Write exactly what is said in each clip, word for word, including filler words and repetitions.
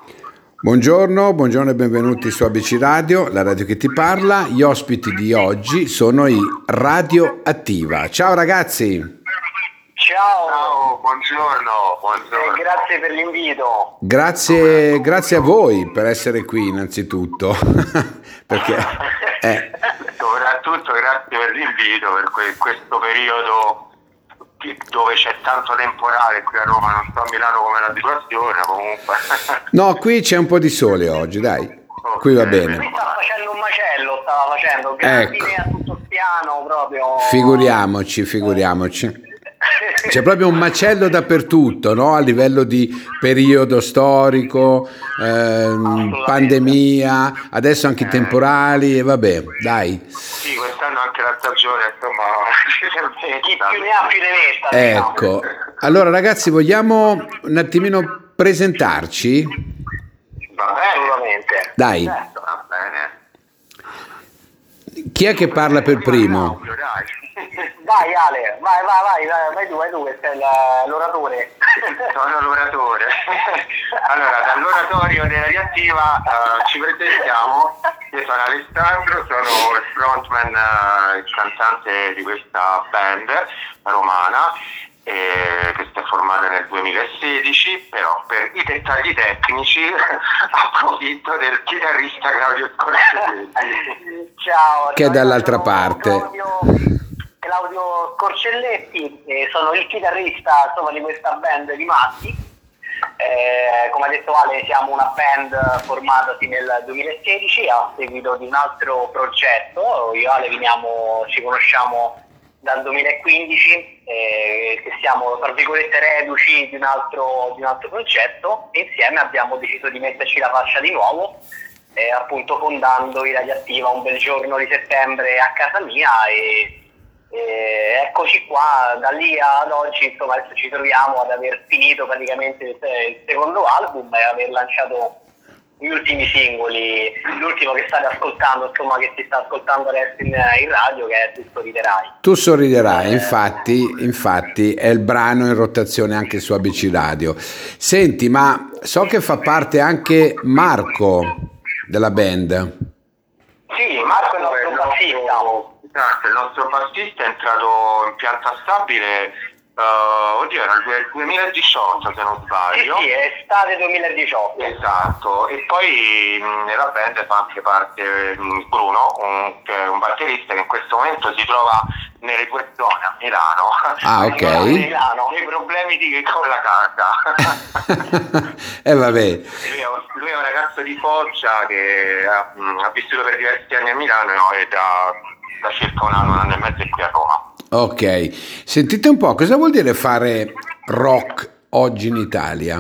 Buongiorno, buongiorno e benvenuti su A B C Radio, la radio che ti parla. Gli ospiti di oggi sono i Radioattiva. Ciao ragazzi! Ciao, Ciao, buongiorno, buongiorno. e grazie per l'invito. Grazie, grazie a voi per essere qui innanzitutto. Perché eh, Soprattutto grazie per l'invito, per que- questo periodo che- dove c'è tanto temporale qui a Roma, non so a Milano come la situazione, comunque. no, qui c'è un po' di sole oggi, dai. Qui va Qui bene. sta facendo un macello, stava facendo grandine Ecco. a tutto spiano proprio. Figuriamoci, figuriamoci. C'è proprio un macello dappertutto, no? A livello di periodo storico, ehm, pandemia, adesso anche i temporali e vabbè, dai. Sì, quest'anno anche la stagione, insomma, Chi più ne ha più ne metta. diciamo. Ecco, allora ragazzi, vogliamo un attimino presentarci? Va bene, Assolutamente. Dai, Certo. va bene. chi è che parla per primo? Claudio, dai. Vai Ale, vai, vai, vai, vai, vai tu, vai tu, che sei la- l'oratore. Sono l'oratore. Allora, dall'oratorio della Radioattiva eh, ci presentiamo. Io sono Alessandro, sono il frontman, eh, il cantante di questa band romana eh, che si è formata nel duemilasedici, però per i dettagli tecnici approfitto del chitarrista Claudio Scorselletti. Ciao. Che è dall'altra sono parte. Claudio, Claudio Scorcelletti, eh, sono il chitarrista insomma, di questa band di matti. Eh, come ha detto Ale, siamo una band formatasi nel duemilasedici a seguito di un altro progetto. Io e Ale veniamo, ci conosciamo dal duemilaquindici, eh, che siamo tra virgolette reduci di un altro, di un altro progetto, e insieme abbiamo deciso di metterci la faccia di nuovo, eh, appunto fondando i Radioattiva un bel giorno di settembre a casa mia, e e eccoci qua. Da lì ad oggi insomma adesso ci troviamo ad aver finito praticamente il il secondo album e aver lanciato gli ultimi singoli, l'ultimo che state ascoltando, insomma che si sta ascoltando adesso in, in radio, che è Tu sorriderai. Tu sorriderai, infatti, infatti è il brano in rotazione anche su A B C Radio. Senti, ma so che fa parte anche Marco della band. Sì, Marco è il nostro bassista. Esatto, il nostro bassista è entrato in pianta stabile, eh, oddio, era il duemiladiciotto se non Sì, sbaglio. sì, è estate duemiladiciotto. Esatto, e poi mh, nella band fa anche parte mh, Bruno, un, che è un batterista che in questo momento si trova nelle tue zone a Milano. Ah, ok. A Milano. Dei problemi di, con la casa. E vabbè, Lui è, un, lui è un ragazzo di Foggia che ha, mh, ha vissuto per diversi anni a Milano e da, da circa un anno, un anno e mezzo è qui a Roma. ok. Sentite un po', cosa vuol dire fare rock oggi in Italia?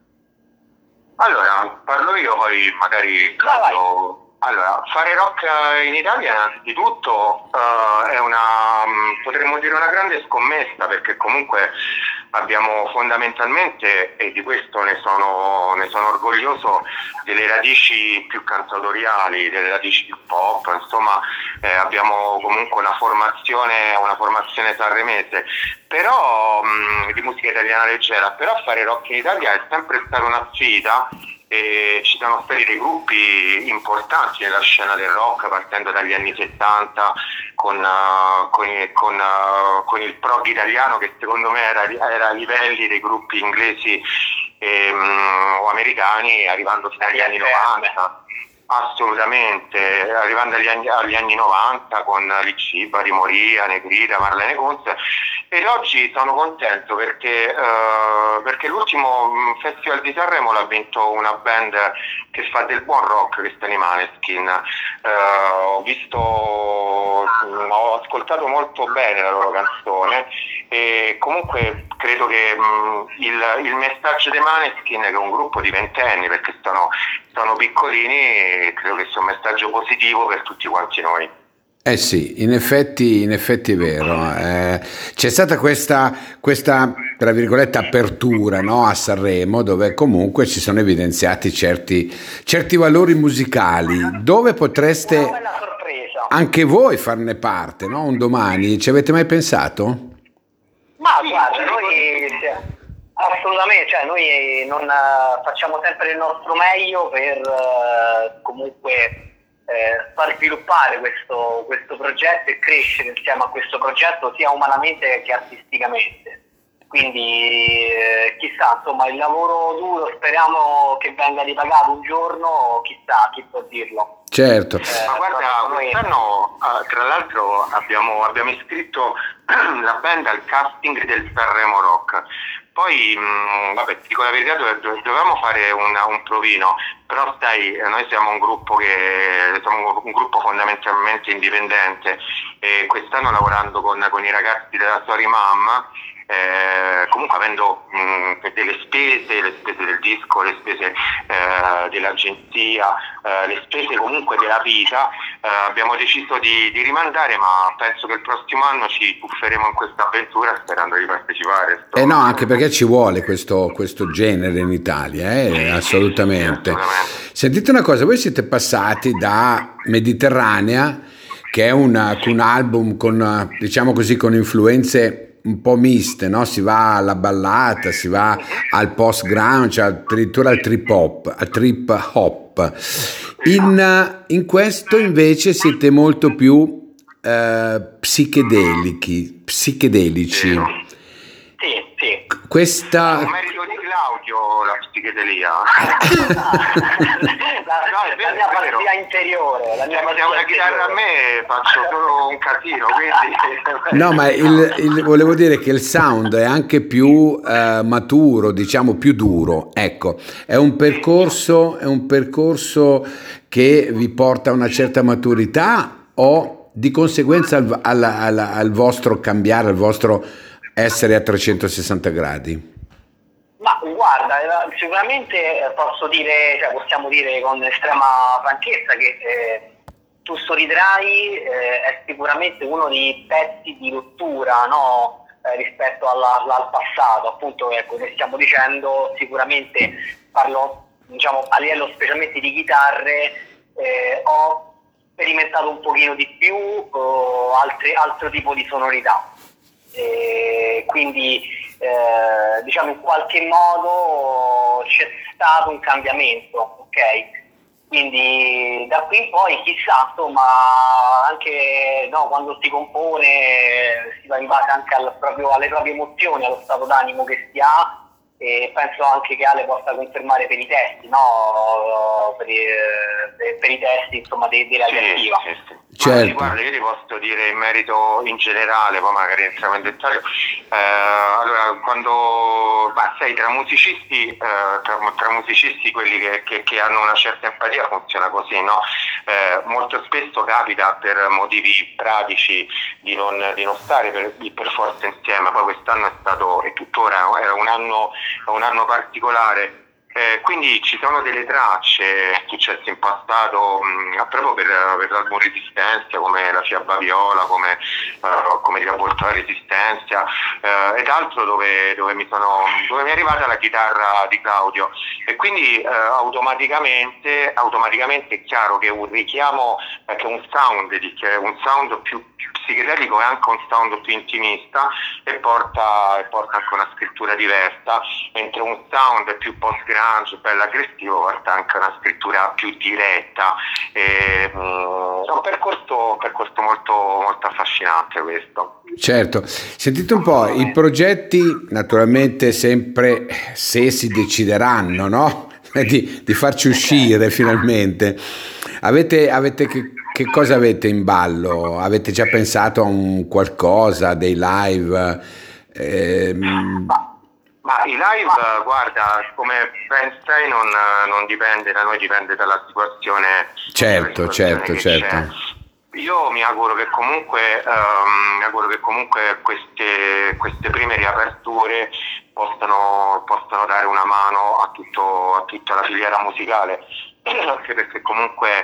Allora, parlo io, poi magari Vai, vai. Claudio- Allora, fare rock in Italia innanzitutto eh, è una, mh, potremmo dire una grande scommessa, perché comunque abbiamo fondamentalmente, e di questo ne sono, ne sono orgoglioso, delle radici più cantautoriali, delle radici più pop, insomma eh, abbiamo comunque una formazione, una formazione sanremese, però mh, di musica italiana leggera, però fare rock in Italia è sempre stata una sfida. E ci sono stati dei gruppi importanti nella scena del rock, partendo dagli anni settanta con, uh, con, il, con, uh, con il prog italiano, che secondo me era, era ai livelli dei gruppi inglesi ehm, o americani, arrivando fino agli anni novanta. Assolutamente, arrivando agli anni, agli anni novanta con Licci, Bari Moria, Negrita, Marlene Kunz, ed oggi sono contento perché, eh, perché l'ultimo Festival di Sanremo l'ha vinto una band che fa del buon rock, che sta in Maneskin. Eh, ho visto, ho ascoltato molto bene la loro canzone e comunque credo che mh, il, il messaggio dei Maneskin, che è un gruppo di ventenni, perché sono, sono piccolini, credo che sia un messaggio positivo per tutti quanti noi. Eh sì, in effetti, in effetti è vero. Eh, c'è stata questa, questa, tra virgolette, apertura, no, a Sanremo, dove comunque si sono evidenziati certi, certi valori musicali, dove potreste Una bella sorpresa. anche voi farne parte, no? Un domani. Ci avete mai pensato? Ma Sì, guarda, sì, noi Assolutamente, cioè noi non eh, facciamo sempre il nostro meglio per eh, comunque eh, far sviluppare questo, questo progetto e crescere insieme a questo progetto sia umanamente che artisticamente. Quindi eh, chissà, insomma, il lavoro duro speriamo che venga ripagato un giorno, chissà, chi può dirlo. Certo. Eh, Ma guarda, quest'anno uh, tra l'altro abbiamo, abbiamo iscritto la band al casting del Sanremo Rock. Poi, mh, vabbè, ti dico la verità, dove, dove, dovevamo fare una, un provino, però sai, noi siamo un gruppo che siamo un gruppo fondamentalmente indipendente e quest'anno lavorando con, con i ragazzi della Story Mom, eh, comunque avendo mh, delle spese, le spese del disco, le spese eh, dell'agenzia, eh, le spese comunque della vita, eh, abbiamo deciso di, di rimandare, ma penso che il prossimo anno ci tufferemo in questa avventura sperando di partecipare. Eh no, anche perché ci vuole questo, questo genere in Italia, eh? Sì, assolutamente. Sì, assolutamente. Sentite una cosa, voi siete passati da Mediterranea, che è una, un album con, diciamo così, con influenze un po' miste, no? Si va alla ballata, si va al post grunge, cioè addirittura al trip hop, al trip hop. In, in questo invece siete molto più eh, psichedelici, psichedelici. Sì, sì. Questa... È un merito di Claudio la psichedelia. la, No, è vero, la mia è vero. pazzia interiore. La mia Cioè, pazzia se una chitarra a me faccio solo un casino, quindi... No, ma il, il- volevo dire che il sound è anche più eh, maturo, diciamo più duro. Ecco, è un percorso, è un percorso che vi porta a una certa maturità o di conseguenza al, al- al- al vostro cambiare, al vostro essere a trecentosessanta gradi? Ma guarda, eh, sicuramente eh, posso dire, cioè possiamo dire con estrema franchezza che eh, Tu sorriderai eh, è sicuramente uno dei pezzi di rottura, no? Eh, rispetto alla- al passato, appunto, ecco, ne stiamo dicendo, sicuramente parlo, diciamo, a livello specialmente di chitarre, eh, ho sperimentato un pochino di più oh, altri- altro tipo di sonorità. E quindi eh, diciamo in qualche modo c'è stato un cambiamento, ok? Quindi da qui in poi chissà, insomma, anche no, quando si compone si va in base anche al proprio, alle proprie emozioni, allo stato d'animo che si ha, e penso anche che Ale possa confermare per i testi, no? Per i, per, per i testi, insomma, dei, dei radioattiva. Sì, sì, sì. Certo. Ma, guarda, io ti posso dire in merito in generale, poi magari entriamo in dettaglio. Eh, allora, quando ma sai, tra musicisti, eh, tra, tra musicisti quelli che, che, che hanno una certa empatia funziona così, no? Eh, molto spesso capita per motivi pratici di non, di non stare per, per forza insieme. Poi quest'anno è stato e tuttora era un anno, un anno particolare. Eh, quindi ci sono delle tracce successe in passato mh, proprio per, per l'album Resistenza, come La Fiaba Viola, come, uh, come Riavvolto la Resistenza, uh, ed altro dove, dove, mi sono, dove mi è arrivata la chitarra di Claudio, e quindi uh, automaticamente, automaticamente è chiaro che un richiamo, eh, che un sound, che è un sound più psichedelico è anche un sound più intimista e porta, e porta anche una scrittura diversa, mentre un sound più post grunge, bello aggressivo, porta anche una scrittura più diretta. E, um, è un percorso, un percorso molto, molto affascinante questo. Certo, sentite un po', i progetti naturalmente sempre se si decideranno, no? Di, di farci uscire finalmente. Avete, avete che, che cosa avete in ballo? Avete già pensato a un qualcosa, dei live? Ehm, Ma i live, guarda, come ben sai, non, non dipende da noi, dipende dalla situazione. certo, dalla situazione certo, che certo. c'è. Io mi auguro che comunque, ehm, mi auguro che comunque queste, queste prime riaperture possano, possano dare una mano a, tutto, a tutta la filiera musicale, anche perché comunque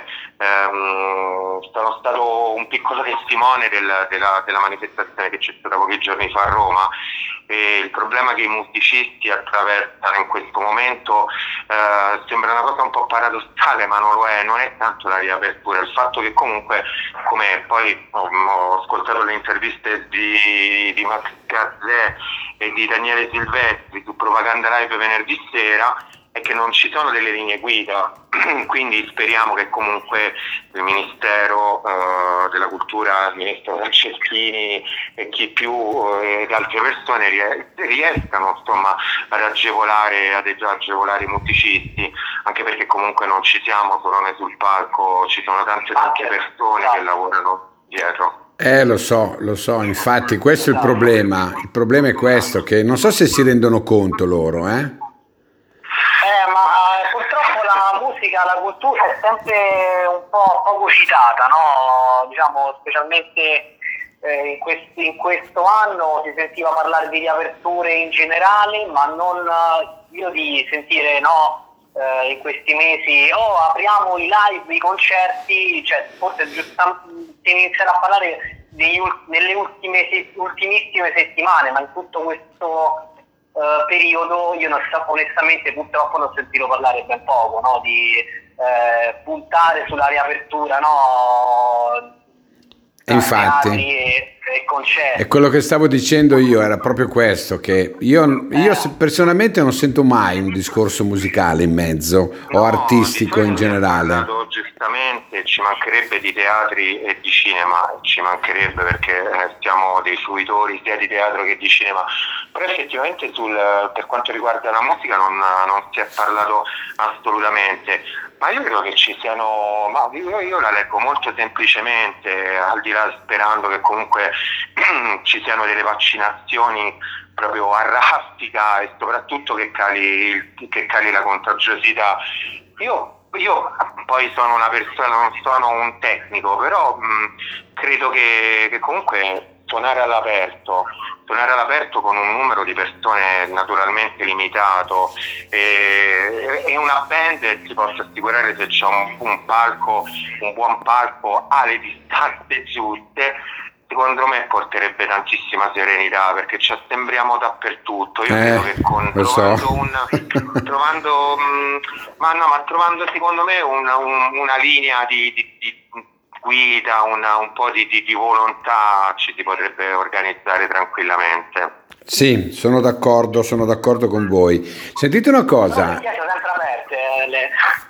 ehm, sono stato un piccolo testimone del, della, della manifestazione che c'è stata pochi giorni fa a Roma, e il problema che i musicisti attraversano in questo momento eh, sembra una cosa un po' paradossale, ma non lo è, non è tanto la riapertura, il fatto che comunque, come poi ho, ho ascoltato le interviste di, di Max Gazzè e di Daniele Silvestri su Propaganda Live venerdì sera, è che non ci sono delle linee guida, quindi speriamo che comunque il Ministero eh, della Cultura, il Ministro Franceschini e chi più eh, ed altre persone ries- riescano insomma ad agevolare, ad agevolare i musicisti, anche perché comunque non ci siamo solo noi sul palco, ci sono tante tante persone che lavorano dietro. Eh, lo so, lo so, infatti questo è il problema, il problema è questo, che non so se si rendono conto loro, eh? Eh, ma purtroppo la musica, la cultura è sempre un po' poco citata, no? Diciamo, specialmente eh, in, questi, in questo anno si sentiva parlare di riaperture in generale, ma non io di sentire, no, eh, in questi mesi, oh, apriamo i live, i concerti, cioè forse giustamente si inizierà a parlare degli, nelle ultime, ultimissime settimane, ma in tutto questo Uh, periodo io non so, onestamente purtroppo non ho sentito parlare ben poco, no? Di eh, puntare sulla riapertura, no? Infatti e, e concerti. è quello che stavo dicendo io, era proprio questo, che io, io eh. personalmente non sento mai un discorso musicale in mezzo no, o artistico in generale. Parlato, giustamente ci mancherebbe di teatri e di cinema, ci mancherebbe, perché eh, siamo dei fruitori sia di teatro che di cinema, però effettivamente sul, per quanto riguarda la musica non, non si è parlato assolutamente. Ma io credo che ci siano, ma io, io la leggo molto semplicemente, al di là, sperando che comunque ci siano delle vaccinazioni proprio a raffica e soprattutto che cali, che cali la contagiosità. Io, io poi sono una persona, non sono un tecnico, però mh, credo che, che comunque suonare all'aperto, suonare all'aperto con un numero di persone naturalmente limitato e, e una band, ti posso assicurare, se c'è un, un palco, un buon palco alle distanze giuste, secondo me porterebbe tantissima serenità, perché ci assembriamo dappertutto. Io eh, credo che con lo trovando so. un trovando mh, ma no, ma trovando secondo me una, un, una linea di, di, di guida, una, un po' di, di, di volontà ci si potrebbe organizzare tranquillamente. Sì, sono d'accordo, sono d'accordo con voi. Sentite una cosa. No, le chiese sempre aperte. Le...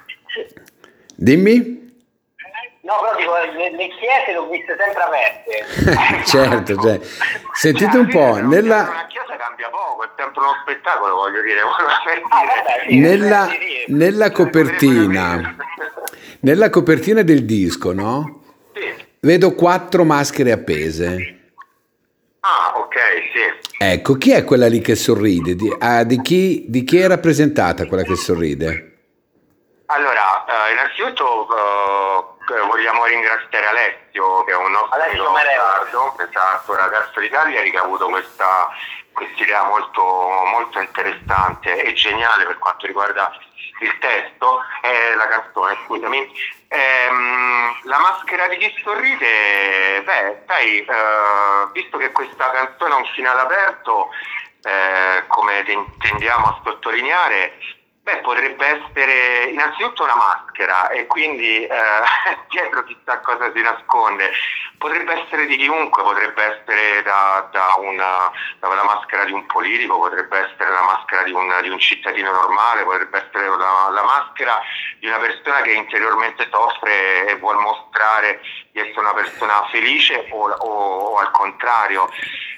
Dimmi? No, però dico, le, le chiese le ho viste sempre aperte. certo, cioè. Sentite un po', nella... Una chiesa cambia poco, è sempre uno spettacolo, voglio dire. Ah, vabbè, sì, nella, sì, sì. nella copertina, nella copertina del disco, no? Sì. Vedo quattro maschere appese. Ah, ok, sì. Ecco, chi è quella lì che sorride? Di, ah, di, chi, di chi è rappresentata quella che sorride? Allora, eh, innanzitutto eh, vogliamo ringraziare Alessio, che è un nostro Alessio sardo, esatto, ragazzo di Cagliari, che ha avuto questa idea molto, molto interessante e geniale per quanto riguarda il testo e la canzone, scusami. Ehm, la maschera di chi sorride, beh, sai, eh, visto che questa canzone ha un finale aperto, eh, come tendiamo a sottolineare, beh, potrebbe essere innanzitutto una maschera e quindi eh, dietro chissà cosa si nasconde. Potrebbe essere di chiunque, potrebbe essere da, da una, da la maschera di un politico, potrebbe essere la maschera di un, di un cittadino normale, potrebbe essere la, la maschera di una persona che interiormente soffre e vuol mostrare di essere una persona felice o, o, o al contrario.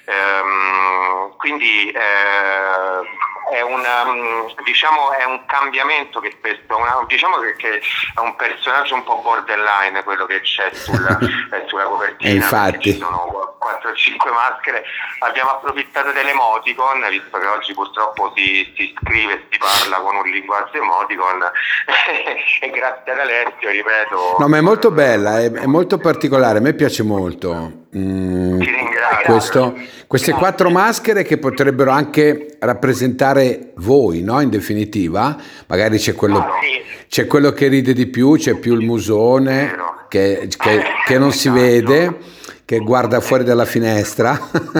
Ehm, quindi eh, è un, um, diciamo, è un cambiamento che spesso, una, diciamo che, che è un personaggio un po' borderline quello che c'è sulla, eh, sulla copertina. E infatti ci sono quattro o cinque maschere. Abbiamo approfittato dell'emoticon, visto che oggi purtroppo si, si scrive e si parla con un linguaggio emoticon e grazie ad Alessio, ripeto. no, ma è molto bella, è, è molto particolare, a me piace molto. Mm, Ti ringrazio. questo, queste quattro maschere che potrebbero anche rappresentare voi, no? In definitiva, magari c'è quello, Ah, sì. c'è quello che ride di più, c'è più il musone che, che, che non si vede, che guarda fuori dalla finestra.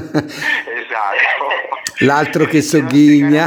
Esatto. L'altro che sogghigna.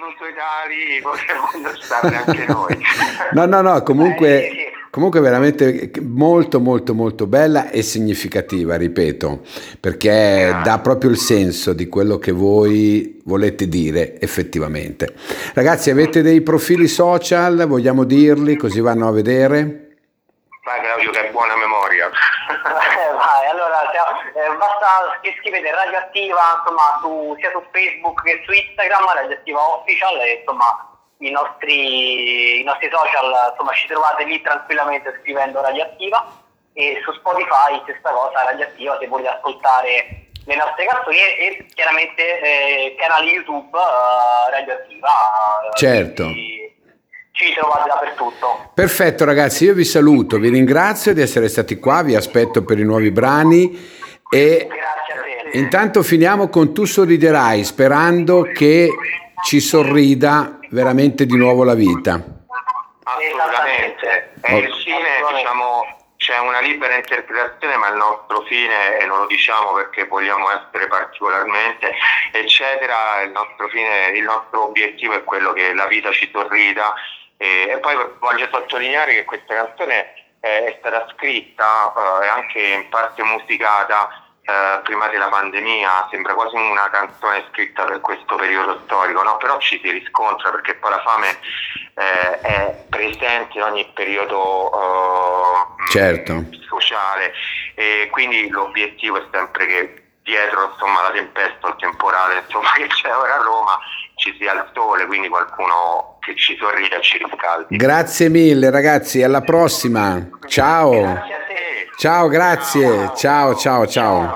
Potremmo starne anche noi. No, no, no, comunque, comunque veramente molto, molto, molto bella e significativa, ripeto, perché dà proprio il senso di quello che voi volete dire effettivamente. Ragazzi, avete dei profili social? Vogliamo dirli così vanno a vedere? Vai Claudio, che hai buona memoria. Eh, vai, allora eh, basta che scrivete Radioattiva, insomma, su, sia su Facebook che su Instagram, Radioattiva Official, e insomma i nostri, i nostri social, insomma, ci trovate lì tranquillamente scrivendo Radioattiva, e su Spotify stessa cosa, Radioattiva, se volete ascoltare le nostre canzoni, e, e chiaramente eh, canali YouTube eh, Radioattiva. Certo. Quindi, ci trovate dappertutto. Perfetto ragazzi, io vi saluto, vi ringrazio di essere stati qua, vi aspetto per i nuovi brani e Grazie a te. intanto finiamo con Tu sorriderai, sperando che ci sorrida veramente di nuovo la vita. Assolutamente. E il fine, diciamo, c'è una libera interpretazione, ma il nostro fine, e non lo diciamo perché vogliamo essere particolarmente eccetera, il nostro fine, il nostro obiettivo è quello che la vita ci sorrida. E, e poi voglio sottolineare che questa canzone eh, è stata scritta e eh, anche in parte musicata eh, prima della pandemia, sembra quasi una canzone scritta per questo periodo storico, no? Però ci si riscontra perché poi la fame eh, è presente in ogni periodo eh, certo. sociale, e quindi l'obiettivo è sempre che dietro, insomma, la tempesta, il temporale, insomma, che c'è ora a Roma, ci sia il sole, quindi qualcuno che ci sorride e ci riscaldi. Grazie mille ragazzi, alla prossima. Ciao. Grazie a te. Ciao, grazie. Ciao, ciao, ciao.